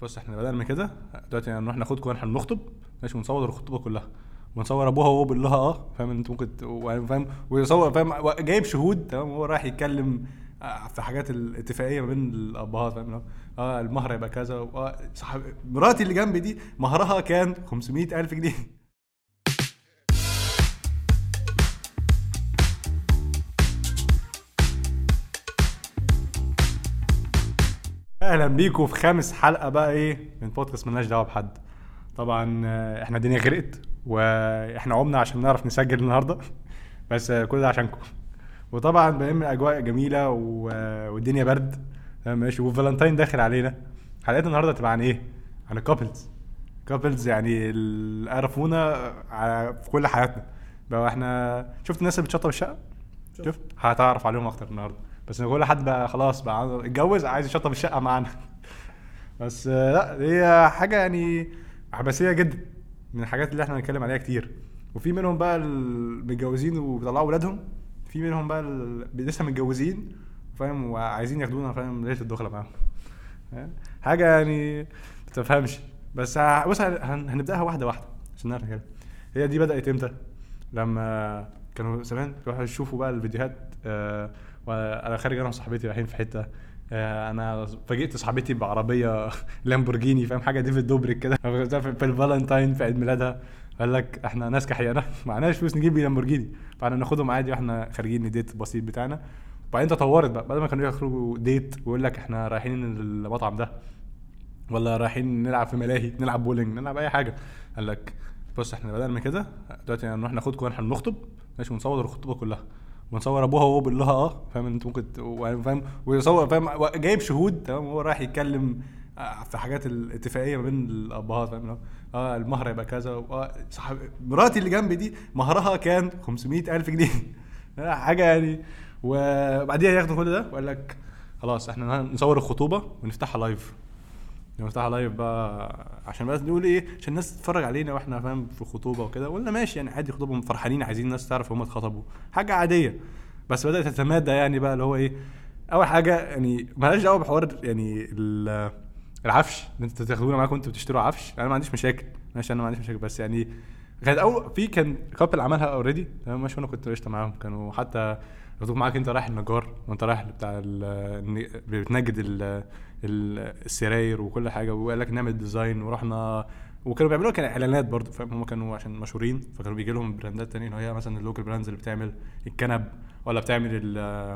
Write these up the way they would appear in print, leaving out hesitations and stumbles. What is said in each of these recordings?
بص احنا بدل ما كده دلوقتي هنروح ناخدكم احنا بنخطب ماشي ونصور الخطوبه كلها ونصور ابوها وهو بيقول لها فاهم انت ممكن فاهم ويصور فاهم جايب شهود تمام وهو رايح يتكلم في حاجات الاتفاقيه ما بين الابهات فاهم المهر يبقى كذا صاحب مراتي اللي جنبي دي مهرها كان 500,000 جنيه. اهلا بيكم في خامس حلقه بقى من بودكاست ملناش دعوه بحد. طبعا احنا الدنيا غرقت واحنا عمنا عشان نعرف نسجل النهارده بس كل ده عشانكم. وطبعا بما اجواء جميله والدنيا برد ماشي وفالنتاين داخل علينا. حلقتنا النهارده تبقى عن عن الكابلز يعني اللي عرفونا في كل حياتنا بقى. احنا شفت الناس اللي بتشطب الشقه شفت هتعرف عليهم اكتر النهارده. بس كل حد بقى خلاص بقى اتجوز عايز يشطب الشقه معانا بس لا هي حاجه يعني عبثيه جدا من الحاجات اللي احنا هنتكلم عليها كتير. وفي منهم بقى المتجوزين وبيطلعوا اولادهم، في منهم بقى لسه متجوزين فاهم وعايزين ياخدونا فاهم ليله الدخله معاهم حاجه يعني ما تفهمش. بس بص هنبداها واحده واحده عشان نعرف كده. هي دي بدات امتى؟ لما كانوا زمان يروحوا يشوفوا بقى الفيديوهات وانا خارج انا وصاحبتي رايحين في حته انا فاجئت صاحبتي بعربيه لامبورجيني فاهم حاجه ديفيد دوبريك كده في الفالنتاين في عيد ميلادها. قال لك احنا ناس كحيانه معناش فلوس نجيب لامبورجيني فاحنا ناخدهم عادي واحنا خارجين الديت البسيط بتاعنا. وبعدين تطورت بقى بدل ما كانوا يخرجوا ديت ويقول لك احنا رايحين المطعم ده ولا رايحين نلعب في ملاهي نلعب بولينج نلعب اي حاجه. قال لك بص احنا بدل ما كده دلوقتي هنروح ناخدكم احنا بنخطب ماشي ونصور الخطوبه كلها ونصور ابوها وهو بيقول لها فاهم انت ممكن فاهم ويصور فاهم جايب شهود تمام وهو رايح يتكلم في حاجات الاتفاقيه ما بين الابهات فاهم المهر يبقى كذا صاحب مراتي اللي جنبي دي مهرها كان 500,000 جنيه حاجه يعني. وبعديها ياخدوا كل ده وقال لك خلاص احنا نصور الخطوبه ونفتحها لايف. نفتحها لايف بقى عشان بس نقول عشان الناس تتفرج علينا واحنا فاهم في الخطوبه وكده. قلنا ماشي يعني عادي خطوبهم فرحانين عايزين الناس تعرف هم اتخطبوا حاجه عاديه. بس بدات تتمادى يعني بقى اللي هو اول حاجه يعني مالهاش دعوه بحوار يعني العفش ان انت تاخدونا معاكم وانتوا بتشتروا عفش. انا ما عنديش مشاكل ماشي انا ما عنديش مشاكل بس يعني كانت كان كابل عملها اوريدي تمام ماشي وانا كنت قشطه معاهم. كانوا حتى ياخدوك معاك انت رايح النجار وانت رايح بتاع بتنجد السراير وكل حاجه وقال لك نعمل ديزاين ورحنا. وكانوا بيعملوا كان اعلانات برضو فاهم هم كانوا عشان مشهورين فكانوا بيجي لهم براندات تانية اللي هي مثلا اللوكال براندز اللي بتعمل الكنب ولا بتعمل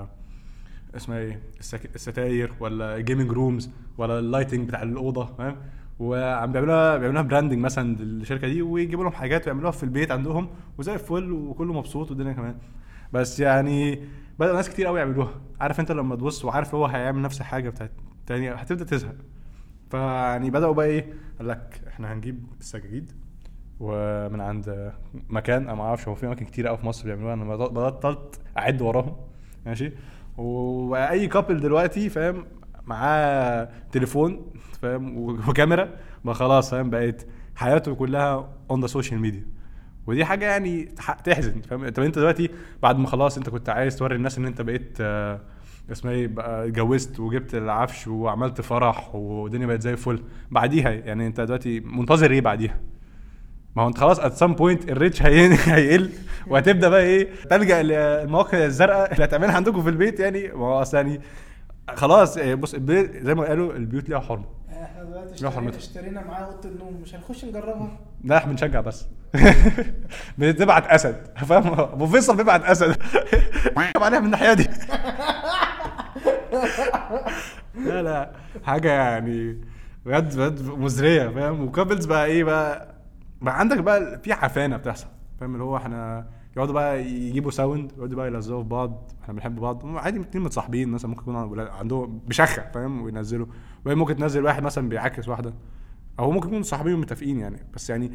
اسمها الستاير ولا الجيمنج رومز ولا اللايتنج بتاع الاوضه فاهم. وعم بيعملوها براندنج مثلا للشركه دي ويجيبوا لهم حاجات ويعملوها في البيت عندهم وزي الفل وكله مبسوط والدنيا كمان. بس يعني بدأ ناس كتير قوي يعملوها. عارف انت لما تبص وعارف هو هيعمل نفس الحاجه بتاعت تاني هتبدا تزهق. فيعني بداوا بقى قال لك احنا هنجيب السجاجيد ومن عند مكان انا ما اعرفش هو في اماكن كتير قوي في مصر بيعملوها. انا بطلت اعد وراهم ماشي. واي كابل دلوقتي فاهم معاه تليفون فاهم وكاميرا ما خلاص فاهم بقت حياته كلها اون ذا سوشيال ميديا. ودي حاجه يعني تحزن فاهم. طب انت دلوقتي بعد ما خلاص انت كنت عايز توري الناس ان انت بقيت اسمه بقى اتجوزت وجبت العفش وعملت فرح والدنيا بقت زي الفل بعديها يعني انت دلوقتي منتظر بعديها؟ ما هو انت خلاص at some point الريتش هيقل وهتبدا بقى تلجأ للمواقع الزرقاء اللي هتعملها عندكم في البيت يعني. ما هو اصلا يعني خلاص بص البيت زي ما قالوا البيوت ليها حرمه. احنا دلوقتي اشترينا معاه اوضه النوم مش هنخش نجربها. لا احنا بنشجع بس بتبعت اسد فاهم ابو فيصل بيبعت اسد عليها من الناحيه دي لا حاجه يعني بجد مزريه فاهم. وكابلز بقى بقى عندك بقى في عفانه بتحصل فاهم اللي هو احنا يقعدوا بقى يجيبوا ساوند يقعدوا بقى يلزقوا في بعض. احنا بنحب بعض عادي اتنين متصاحبين مثلا ممكن يكون عندهم بشخه فاهم وينزلوا. وممكن تنزل واحد مثلا بيعاكس واحده او ممكن يكونوا صاحبين ومتفقين يعني. بس يعني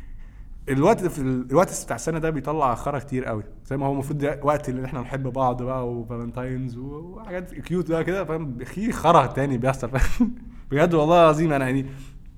الوقت بتاع السنه ده بيطلع خرا كتير قوي زي ما هو المفروض وقت اللي احنا نحب بعض بقى وفالنتاينز وحاجات كيوت بقى كده فاهم. في خرا تاني بيحصل بجد والله العظيم. انا يعني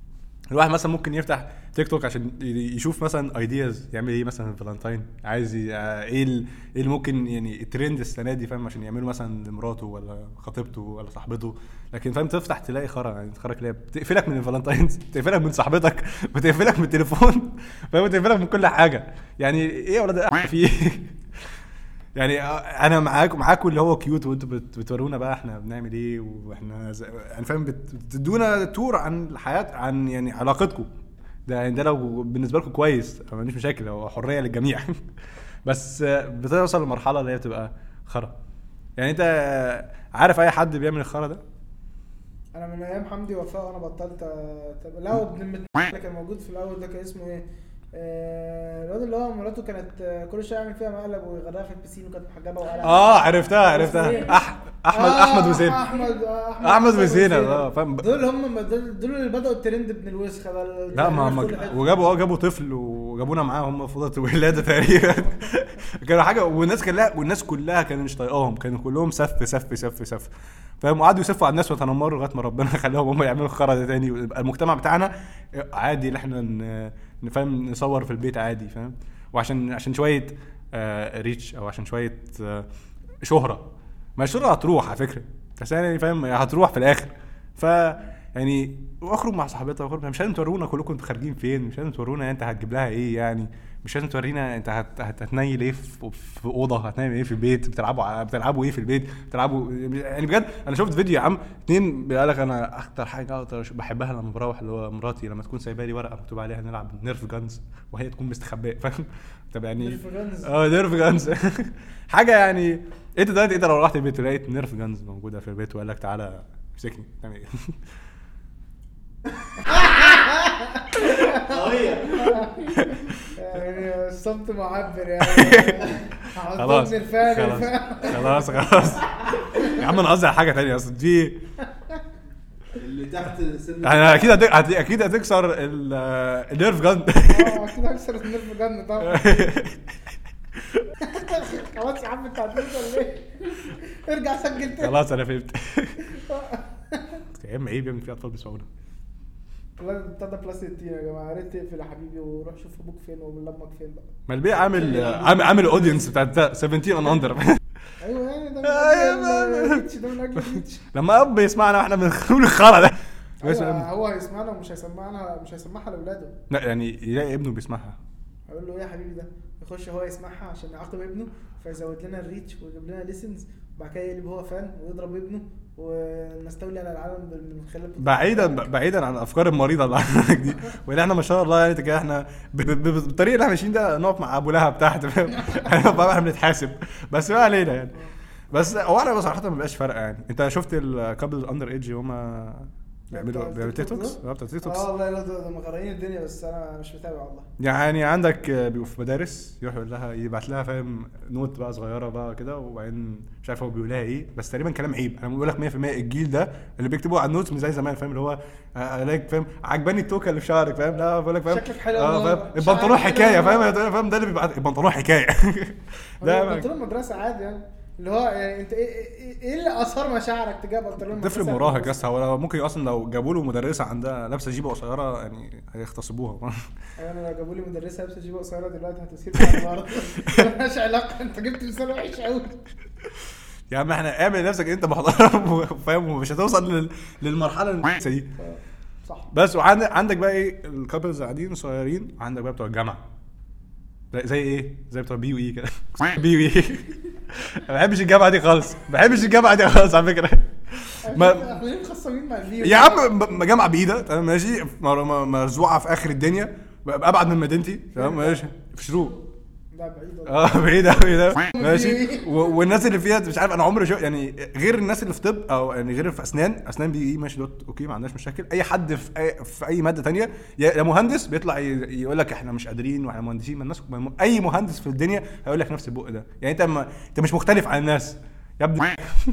الواحد مثلا ممكن يفتح تيك توك عشان يشوف مثلا ايدياز يعمل ايه مثلا في فالنتاين، عايز ايه ايه اللي ممكن يعني الترند السنه دي فاهم، عشان يعملوا مثلا لمراته ولا خطيبته ولا صاحبته. لكن فاهم تفتح تلاقي خرا يعني، تخرج تلاقي بتقفلك من الفالنتاينز، بتقفلك من صاحبتك، بتقفلك من التليفون فاهم، بتقفلك من كل حاجه. يعني ايه يا ولاد في يعني انا معاكم اللي هو كيوت، وانتوا بتورونا بقى احنا بنعمل ايه، واحنا يعني فاهم بتدونا تور عن الحياه، عن يعني علاقتكم ده. يعني ده لو بالنسبه لكم كويس ما عنديش مشاكل، هو حريه للجميع بس بتوصل لمرحله اللي هي بتبقى خرا. يعني انت عارف اي حد بيعمل الخرا ده؟ انا من ايام حمدي وفاء وانا بطلت لا هو ابن اللي كان موجود في الاول ده كان اسمه ايه، الواد اللي هو مراته كانت كل شويه يعمل فيها مقلب ويغرقها في البسين وكانت محجبه وقلعها. عرفتها احمد وزين. احمد وزين فاهم. دول اللي بدأوا الترند ابن الوسخه ده. لا ما وجابوا طفل وجابونا معاه هم في اوضه الولاده تقريبا كانوا حاجه، والناس كلها كانوا مش طايقاهم، كانوا كلهم سف فاهم، وقعدوا يسفوا على الناس وتنمروا لغايه ما ربنا خلاهم هم يعملوا الخرا ده تاني، ويبقى المجتمع بتاعنا عادي اللي احنا نفهم نصور في البيت عادي فاهم. وعشان شويه ريتش او عشان شويه شهره، ما الشهره هتروح على فكره، بس يعني فاهم هتروح في الاخر. ف يعني واخرج مع صاحبتها واخرج، مش لازم تورونا كلكم خارجين فين، مش لازم تورونا انت هتجيب لها ايه يعني، مش لازم تورينا انت هتنيل ايه في اوضه، هتنيل ايه في البيت، بتلعبوا ايه في البيت، بتلعبوا يعني بجد. انا شفت فيديو يا عم اتنين بيقول لك انا اكتر حاجه بحبها لما بروح اللي هو مراتي لما تكون سايبه لي ورقه مكتوب عليها نلعب نيرف جانز وهي تكون مستخبيه فاهم. طب يعني نيرف جانز حاجه يعني. انت دلوقتي انت لو رحت البيت لقيت نيرف جانز موجوده في البيت وقال لك تعالى امسكني تعمل ايه؟ قوية يعني الصمت معبر يعني. خلاص يا عم انا قصدي على حاجه ثانيه اصلا دي اللي تحت سن انا اكيد هتكسر النيرف جان. اكيد هكسر النيرف جان طبعا. خلاص يا عم انت هتوصل ليه؟ ارجع سجل تاني. خلاص انا فهمت. يا اما ايه بيعمل فيه اطفال بيسمعونا والله ابتدى بلس 60 يا جماعه، ريت تقفل يا حبيبي وروح شوف ابوك فين وامك فين بقى. ما البيع عامل الاودينس بتاع 17 ان اندر. ايوه يعني ده من اجل ريتش. لما اب يسمعنا واحنا بنقول الخرا ده هو هيسمعنا ومش هيسمعها لاولاده. لا يعني يلاقي ابنه بيسمعها اقول له ايه يا حبيبي ده، يخش هو يسمعها عشان يعاقب ابنه فيزود لنا الريتش ويجيب لنا ليسنز، وبعد كده يقلب هو فان ويضرب ابنه ونستولي على العالم من خلال بعيدا عن الافكار المريضه اللي عندك دي. وان احنا ما شاء الله يعني كده احنا بالطريقه اللي احنا ماشيين ده نقف مع ابو لهب تحت فاهم. احنا بنتحاسب بس ما علينا يعني. بس هو انا بصراحه ما بقاش فارقه يعني. انت شفت الكابل الاندر ايدج هما بيعملوا تيك توكس؟ بتاع تيك توكس والله لا مغرقين الدنيا، بس انا مش متابع والله. يعني عندك بيبقوا في مدارس يروح يقول لها يبعت لها فاهم نوت بقى صغيره بقى كده، وبعدين مش عارف هو بيقول لها ايه، بس تقريبا كلام عيب. انا بقول لك 100% الجيل ده اللي بيكتبوا على النوتس مش زي زمان فاهم، اللي هو عليك فاهم عجباني التوكه اللي في شعرك فاهم، لا بقول لك فاهم شكلك حلو فاهم البنطلون حكايه فاهم ده اللي بيبقى البنطلون حكايه. ده بنطلون مدرسه عادي يعني، اللي هو يعني انت ايه اللي اثار مشاعرك تجاه بنطلون طفل مراهق بس هو ممكن اصلا لو جابوا له مدرسه عندها لابسه جيبه قصيره يعني هيغتصبوها. انا لو جابوا لي مدرسه لابسه جيبه قصيره دلوقتي هتسيب النهارده مالهاش علاقه. انت جبت مثال وحش قوي يا عم. احنا اعمل نفسك انت محترم فاهم، ومش هتوصل للمرحله دي صح. بس وعندك بقى ايه الكابلز قاعدين صغيرين، عندك بقى بتوع الجامعه زي ايه زي بتوع بي وي كده. بي وي ما بحبش الجامعه دي خالص، على فكره. ما احنا مخصمين مع البي يا عم جامعه بعيده تمام ماشي، مرزوعه في اخر الدنيا ابعد من مدينتي تمام ماشي، في شروق. لا بعيد بعيد قوي ده ماشي. والناس اللي فيها مش عارف انا عمري يعني غير الناس اللي في طب او يعني غير في اسنان بي ايه ماشي دوت اوكي ما عندناش مشاكل. اي حد في اي ماده تانية يا مهندس بيطلع يقول لك احنا مش قادرين واحنا مهندسين. ما الناس اي مهندس في الدنيا هيقول لك نفس البق ده يعني. انت مش مختلف عن الناس يا ابني.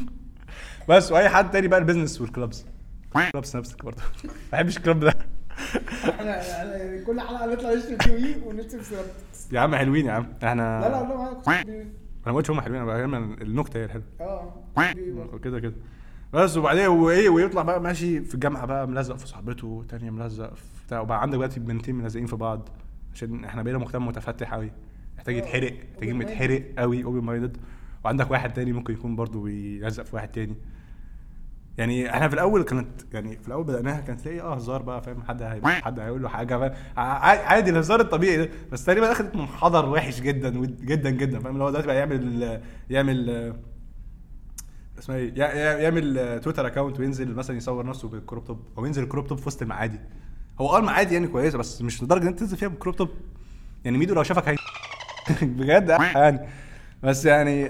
بس واي حد تاني بقى البيزنس والكلابز نفسك برضه ما بحبش الكلاب ده. احنا كل حلقه نطلع نشتم فيه ونكتب سيرت يا عم حلوين يا عم احنا. لا والله معاك انا ما قلتش هم حلوين، انا بقول النكته هي الحلوه كده بس وبعدين وايه ويطلع بقى ماشي في الجامعه بقى ملزق في صاحبته تانية ملزق في بتاع وبقى عندك دلوقتي بنتين ملزقين في بعض عشان احنا بقينا مجتمع متفتح قوي محتاج يتحرق محتاج متحرق قوي اوبن مايندد وعندك واحد تاني ممكن يكون برضو بيلزق في واحد تاني يعني احنا في الاول كانت يعني في الاول بدأناها كانت تلاقي هزار بقى فاهم حد هيقول له حاجه فاهم عادي الهزار الطبيعي ده بس تقريبا اخدت منحدر وحش جدا جدا جدا فاهم اللي هو دلوقتي بقى يعمل اسمه ايه يعمل تويتر اكاونت وينزل مثلا يصور نفسه بالكروب توب او ينزل الكروب توب في وسط المعادي هو المعادي يعني كويسه بس مش لدرجه ان انت تنزل فيها بالكروب توب يعني ميدو لو شافك بجد يعني بس يعني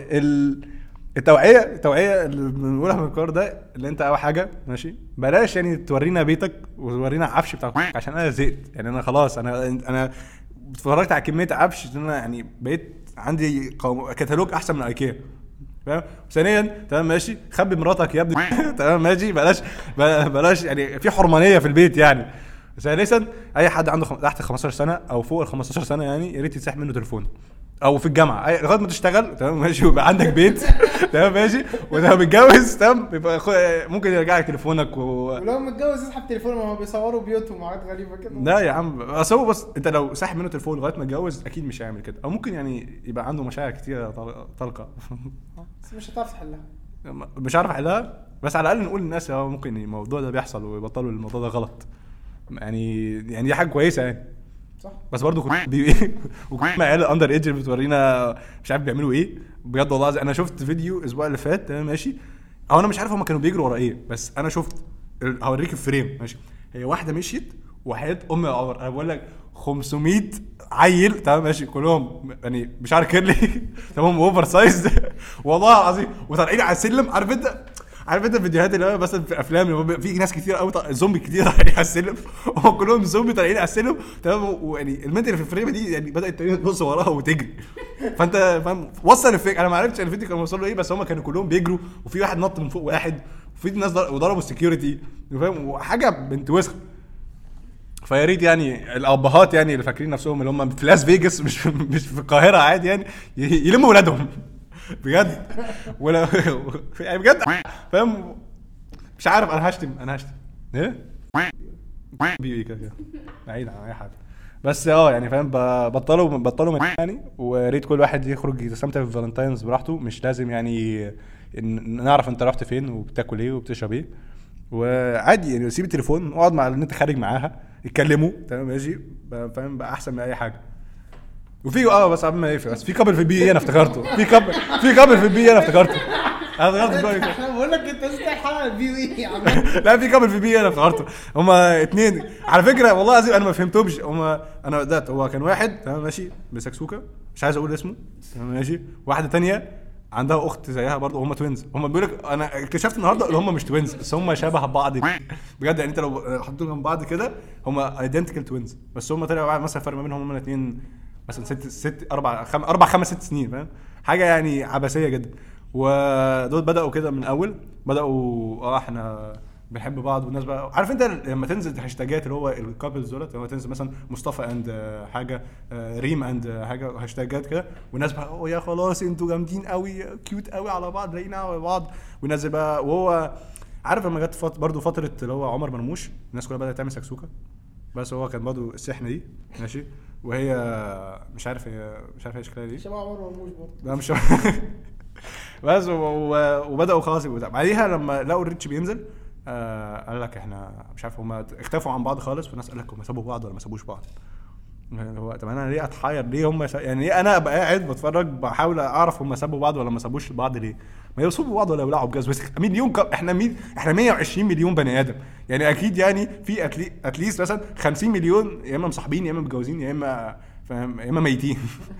التوعيه اللي بنقولها من الكار ده اللي انت اول حاجه ماشي بلاش يعني تورينا بيتك وتورينا عفش بتاعك عشان انا زهقت يعني انا خلاص انا اتفرجت على كميه عفش ان انا يعني بقيت عندي كتالوج احسن من ايكيا فاهم ثانيا تمام ماشي خبي مراتك يا ابني تمام ماشي بلاش يعني في حرمانيه في البيت يعني ثالثا اي حد عنده تحت 15 سنه او فوق ال 15 سنه يعني يا ريت يتسحب منه تليفون او في الجامعه لغايه ما تشتغل تمام ماشي ويبقى عندك بيت تمام ماشي وده متجوز تمام يبقى ممكن يرجع لك تليفونك ولو متجوز يسحب تليفونه ما هو بيصوروا بيوتهم وحاجات غريبه كده لا يا عم بس انت لو ساحب منه تليفون لغايه ما يتجوز اكيد مش هيعمل كده او ممكن يعني يبقى عنده مشاعر كتير طلقه بس مش هتعرف تحلها مش عارف احلها بس على الاقل نقول للناس ممكن الموضوع ده بيحصل ويبطلوا الموضوع ده غلط يعني دي حاجه كويسه يعني صح بس برضو وكمان عيال اندر ايدج بتورينا مش عارف بيعملوا ايه بجد والله انا شفت فيديو الاسبوع اللي فات تمام ماشي او انا مش عارف هم كانوا بيجروا ورا ايه بس انا شفت هوريك الفريم ماشي هي واحده مشيت وحياه ام العمر انا بقول لك 500 عيل تمام ماشي كلهم يعني مش عارف كيرلي تمام اوفر سايز والله العظيم وطالعين على السلم عارف انت الفيديوهات اللي مثلا في افلام في ناس كتير قوي زومبي كتير على السلم هم كلهم زومبي طالعين على السلم تمام ويعني البنت اللي في الفريم دي يعني بدات تبص وراها وتجري فانت فاهم وصل الفكره انا ما عرفتش الفيديو كان وصل له ايه بس هم كانوا كلهم بيجروا وفي واحد نط من فوق واحد وفي ناس ضربوا السكيورتي فاهم وحاجه بنت وسخ فيا ريت يعني الابهات يعني اللي فاكرين نفسهم اللي هم في لاس فيجاس مش في القاهره عادي يعني يلموا ولادهم بجد ولا يعني بجد فاهم مش عارف انا هشتم ايه بي كده بعيد عن اي حاجه بس يعني فاهم بطلوا يعني وريت كل واحد يخرج يستمتع في فالنتاينز براحته مش لازم يعني نعرف انت رحت فين وبتاكل ايه وبتشرب ايه وعادي يعني سيب التليفون اقعد مع اللي انت خارج معاها اتكلموا تمام ماشي فاهم بقى احسن من اي حاجه وفي بس قبل ما يقفل بس في كابل في البي انا افتكرته في كابل في البي انا افتكرته انا بقول لك انت ازاي حلقه البي اي يا عم لا في كابل في البي انا افتكرته هما اتنين على فكره والله العظيم انا ما فهمتهمش انا بدات هو كان واحد تمام ماشي بسكسوكه مش عايز اقول اسمه تمام ماشي واحده تانية عندها اخت زيها برضه هم توينز هم بيقول لك انا اكتشفت النهارده ان هم مش توينز بس هم شبه بعض بجد يعني انت لو حطيتهم بعض كده هم ايدنتيكال توينز بس هم طلعوا مثلا فرق ما بينهم هم الاثنين مثلا 4 5 6 سنين فاهم حاجه يعني عبثيه جدا ودول بداوا كده من اول بداوا احنا بنحب بعض والناس بقى عارف انت لما تنزل هاشتاجات اللي هو الكابلز دولت لما تنزل مثلا مصطفى اند حاجه ريم اند حاجه هاشتاجات كده والناس بقى يا خلاص انتوا جامدين قوي كيوت قوي على بعض لاقيين على بعض ونازل بقى وهو عارف لما جت برضه فتره اللي هو عمر مرموش الناس كلها بدات تعمل سكسوكه بس هو كان برضه السحنه دي ماشي وهي مش عارف هي شكلها دي شبه عمر مرموش برضه لا مش بس وبداوا خلاص بعديها لما لقوا الريتش بينزل قال لك احنا مش عارف هما اختفوا عن بعض خالص والناس قال لك هما سابوا بعض ولا ما سابوش بعض هو طب انا ليه اتحير ليه هما يعني ليه انا ابقى قاعد بتفرج بحاول اعرف هما سابوا بعض ولا ما سابوش بعض ليه ما يوصلوا بعض ولا يولعوا بجاز وسخ مليون احنا 120 مليون بني ادم يعني اكيد يعني في اتليست مثلا 50 مليون يا اما مصاحبين يا اما متجوزين يا اما فاهم يا اما ميتين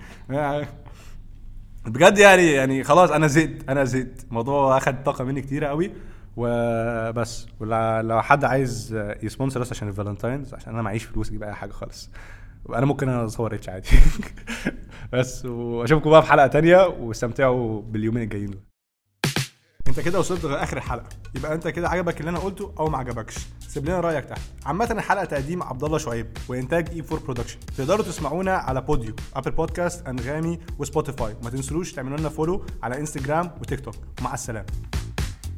بجد يعني خلاص انا زهقت الموضوع اخد طاقه مني كتيره قوي وبس لو حد عايز يسبونسر بس عشان الفالنتاينز عشان انا معيش فلوس اجيب اي حاجه خالص انا ممكن اصور ريتش عادي بس واشوفكم بقى في حلقه تانية واستمتعوا باليومين الجايين دول انت كده وصلت لاخر الحلقه يبقى انت كده عجبك اللي انا قلته او ما عجبكش سيب لنا رايك تحت عامه الحلقه تقديم عبد الله شعيب وانتاج E4 برودكشن تقدروا تسمعونا على بوديو ابل بودكاست انغامي وسبوتيفاي ما تنسوش تعملوا لنا فولو على انستجرام وتيك توك مع السلامه